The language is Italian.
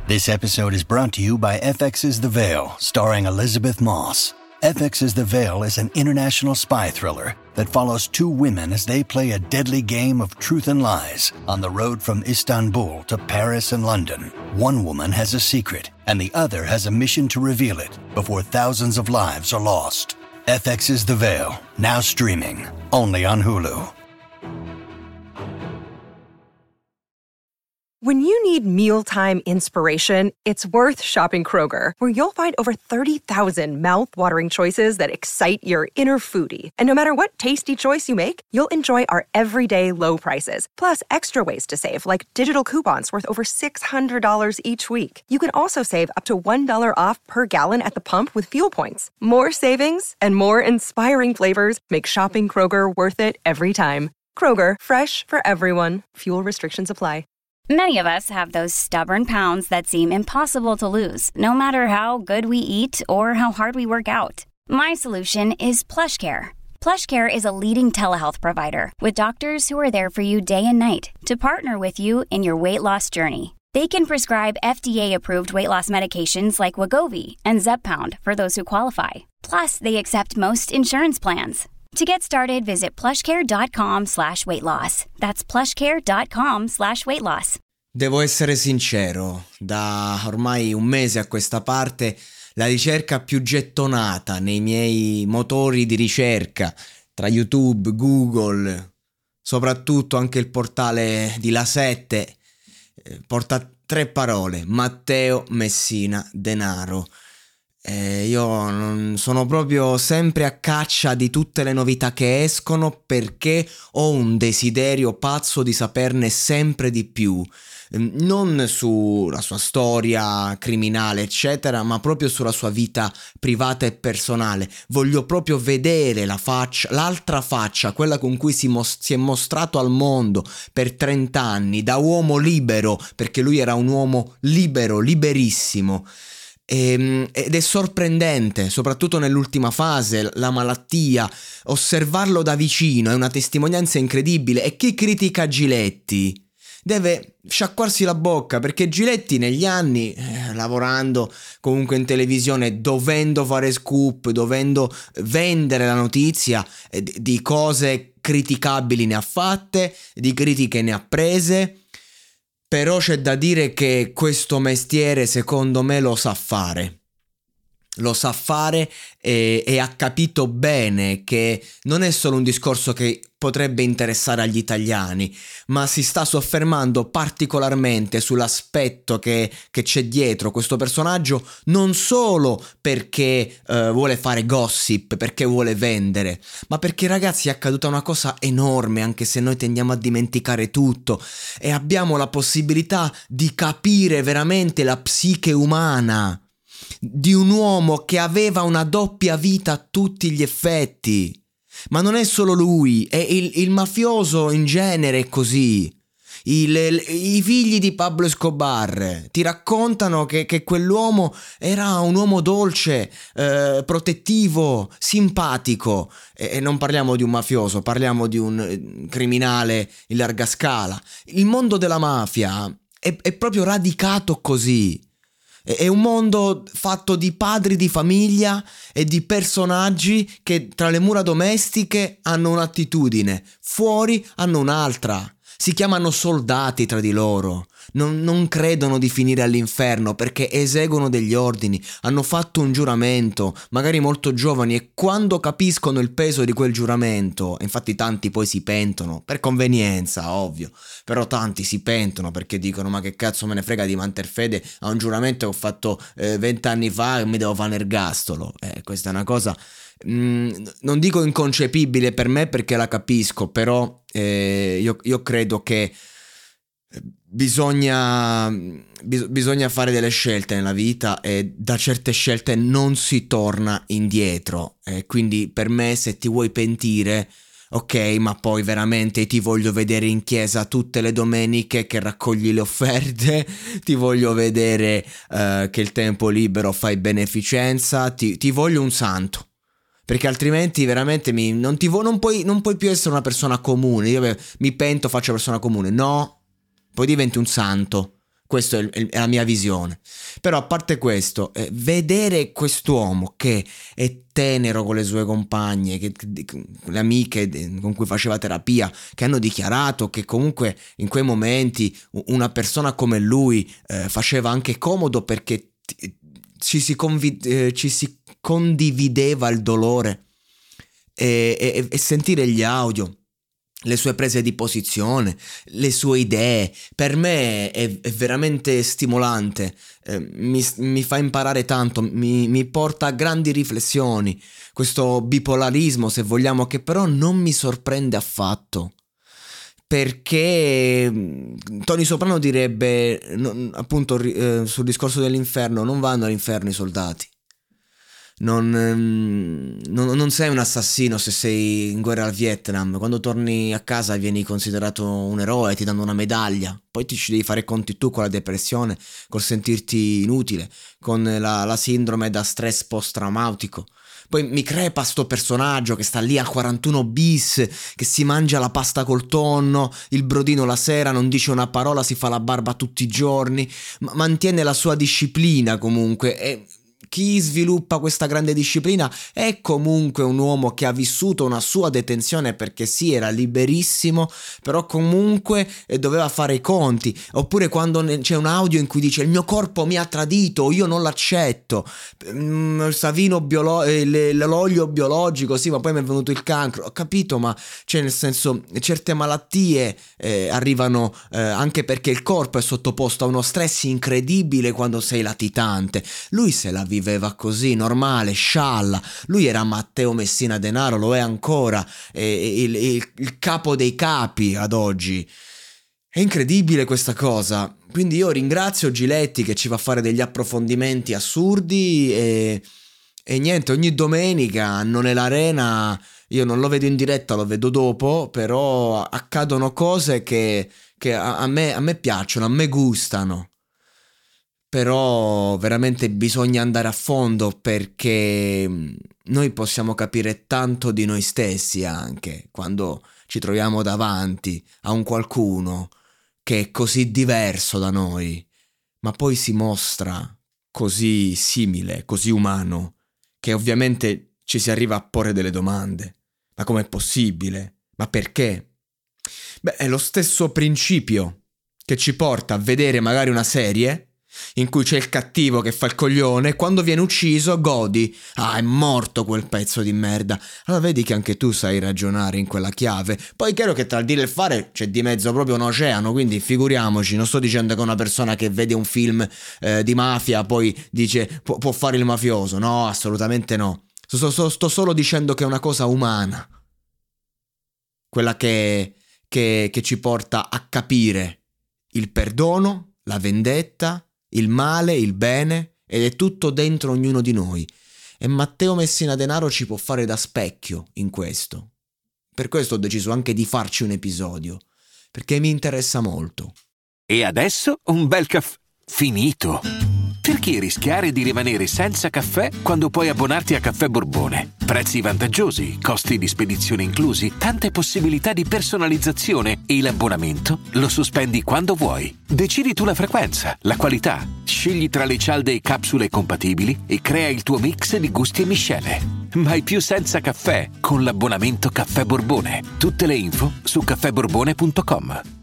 This episode is brought to you by FX's The Veil, starring Elizabeth Moss. FX's The Veil is an international spy thriller that follows two women as they play a deadly game of truth and lies on the road from Istanbul to Paris and London. One woman has a secret, and the other has a mission to reveal it before thousands of lives are lost. FX's The Veil, now streaming, only on Hulu. When you need mealtime inspiration, it's worth shopping Kroger, where you'll find over 30,000 mouth-watering choices that excite your inner foodie. And no matter what tasty choice you make, you'll enjoy our everyday low prices, plus extra ways to save, like digital coupons worth over $600 each week. You can also save up to $1 off per gallon at the pump with fuel points. More savings and more inspiring flavors make shopping Kroger worth it every time. Kroger, fresh for everyone. Fuel restrictions apply. Many of us have those stubborn pounds that seem impossible to lose, no matter how good we eat or how hard we work out. My solution is PlushCare. PlushCare is a leading telehealth provider with doctors who are there for you day and night to partner with you in your weight loss journey. They can prescribe FDA-approved weight loss medications like Wegovy and Zepbound for those who qualify. Plus, they accept most insurance plans. To get started, visit plushcare.com/weightloss. That's plushcare.com/weightloss. Devo essere sincero, da ormai un mese a questa parte la ricerca più gettonata nei miei motori di ricerca, tra YouTube, Google, soprattutto anche il portale di La7, porta 3 parole: Matteo Messina Denaro. Io sono proprio sempre a caccia di tutte le novità che escono, perché ho un desiderio pazzo di saperne sempre di più, non sulla sua storia criminale eccetera, ma proprio sulla sua vita privata e personale. Voglio proprio vedere la faccia, l'altra faccia, quella con cui si è mostrato al mondo per 30 anni da uomo libero, perché lui era un uomo libero, liberissimo. Ed è sorprendente, soprattutto nell'ultima fase, la malattia, osservarlo da vicino è una testimonianza incredibile. E chi critica Giletti deve sciacquarsi la bocca, perché Giletti negli anni, lavorando comunque in televisione, dovendo fare scoop, dovendo vendere la notizia, di cose criticabili ne ha fatte, di critiche ne ha prese. Però c'è da dire che questo mestiere secondo me lo sa fare e ha capito bene che non è solo un discorso che potrebbe interessare agli italiani, ma si sta soffermando particolarmente sull'aspetto che c'è dietro questo personaggio, non solo perché vuole fare gossip, perché vuole vendere, ma perché, ragazzi, è accaduta una cosa enorme, anche se noi tendiamo a dimenticare tutto, e abbiamo la possibilità di capire veramente la psiche umana di un uomo che aveva una doppia vita a tutti gli effetti. Ma non è solo lui, è il mafioso in genere è così. I figli di Pablo Escobar ti raccontano che quell'uomo era un uomo dolce, protettivo, simpatico, e non parliamo di un mafioso, parliamo di un criminale in larga scala. Il mondo della mafia è proprio radicato così. È un mondo fatto di padri di famiglia e di personaggi che tra le mura domestiche hanno un'attitudine, fuori hanno un'altra. Si chiamano soldati tra di loro. Non credono di finire all'inferno perché eseguono degli ordini, hanno fatto un giuramento, magari molto giovani, e quando capiscono il peso di quel giuramento, infatti tanti poi si pentono, per convenienza, ovvio, però tanti si pentono perché dicono: ma che cazzo me ne frega di manter fede a un giuramento che ho fatto 20 anni fa e mi devo fare l'ergastolo. Questa è una cosa, non dico inconcepibile per me perché la capisco, però io credo che bisogna fare delle scelte nella vita, e da certe scelte non si torna indietro, quindi per me, se ti vuoi pentire, ok, ma poi veramente ti voglio vedere in chiesa tutte le domeniche che raccogli le offerte, ti voglio vedere che il tempo libero fai beneficenza, ti voglio un santo. Perché altrimenti veramente non puoi più essere una persona comune. Io mi pento, faccio persona comune. No, poi diventi un santo. Questa è la mia visione. Però a parte questo, vedere quest'uomo che è tenero con le sue compagne, le amiche con cui faceva terapia, che hanno dichiarato che comunque in quei momenti una persona come lui faceva anche comodo, perché ci si condivideva il dolore, e sentire gli audio, le sue prese di posizione, le sue idee, per me è veramente stimolante, mi fa imparare tanto, mi porta a grandi riflessioni, questo bipolarismo, se vogliamo, che però non mi sorprende affatto, perché Tony Soprano direbbe, appunto, sul discorso dell'inferno: non vanno all'inferno i soldati. Non sei un assassino se sei in guerra al Vietnam. Quando torni a casa vieni considerato un eroe, ti danno una medaglia. Poi ti ci devi fare conti tu con la depressione, col sentirti inutile, con la sindrome da stress post-traumatico. Poi mi crepa sto personaggio che sta lì al 41 bis, che si mangia la pasta col tonno, il brodino la sera, non dice una parola, si fa la barba tutti i giorni, ma mantiene la sua disciplina comunque. E chi sviluppa questa grande disciplina è comunque un uomo che ha vissuto una sua detenzione, perché sì, era liberissimo, però comunque doveva fare i conti. Oppure quando c'è un audio in cui dice: il mio corpo mi ha tradito, io non l'accetto, Savino l'olio biologico, sì, ma poi mi è venuto il cancro. Ho capito, ma cioè, nel senso, certe malattie arrivano anche perché il corpo è sottoposto a uno stress incredibile quando sei latitante. Lui se la viveva così, normale, scialla. Lui era Matteo Messina Denaro, lo è ancora, il capo dei capi ad oggi. È incredibile questa cosa. Quindi io ringrazio Giletti che ci fa fare degli approfondimenti assurdi, e niente, ogni domenica non è l'Arena, io non lo vedo in diretta, lo vedo dopo, però accadono cose che a me piacciono, a me gustano. Però veramente bisogna andare a fondo, perché noi possiamo capire tanto di noi stessi anche quando ci troviamo davanti a un qualcuno che è così diverso da noi, ma poi si mostra così simile, così umano, che ovviamente ci si arriva a porre delle domande. Ma com'è possibile? Ma perché? Beh, è lo stesso principio che ci porta a vedere magari una serie in cui c'è il cattivo che fa il coglione, e quando viene ucciso godi: ah, è morto quel pezzo di merda. Allora vedi che anche tu sai ragionare in quella chiave. Poi è chiaro che tra il dire e il fare c'è di mezzo proprio un oceano, quindi figuriamoci, non sto dicendo che una persona che vede un film di mafia poi dice può fare il mafioso, no, assolutamente no. Sto solo dicendo che è una cosa umana, quella che ci porta a capire il perdono, la vendetta, il male, il bene, ed è tutto dentro ognuno di noi. E Matteo Messina Denaro ci può fare da specchio in questo. Per questo ho deciso anche di farci un episodio, perché mi interessa molto. E adesso un bel caffè finito. Perché rischiare di rimanere senza caffè quando puoi abbonarti a Caffè Borbone? Prezzi vantaggiosi, costi di spedizione inclusi, tante possibilità di personalizzazione, e l'abbonamento lo sospendi quando vuoi. Decidi tu la frequenza, la qualità, scegli tra le cialde e capsule compatibili e crea il tuo mix di gusti e miscele. Mai più senza caffè con l'abbonamento Caffè Borbone. Tutte le info su caffèborbone.com.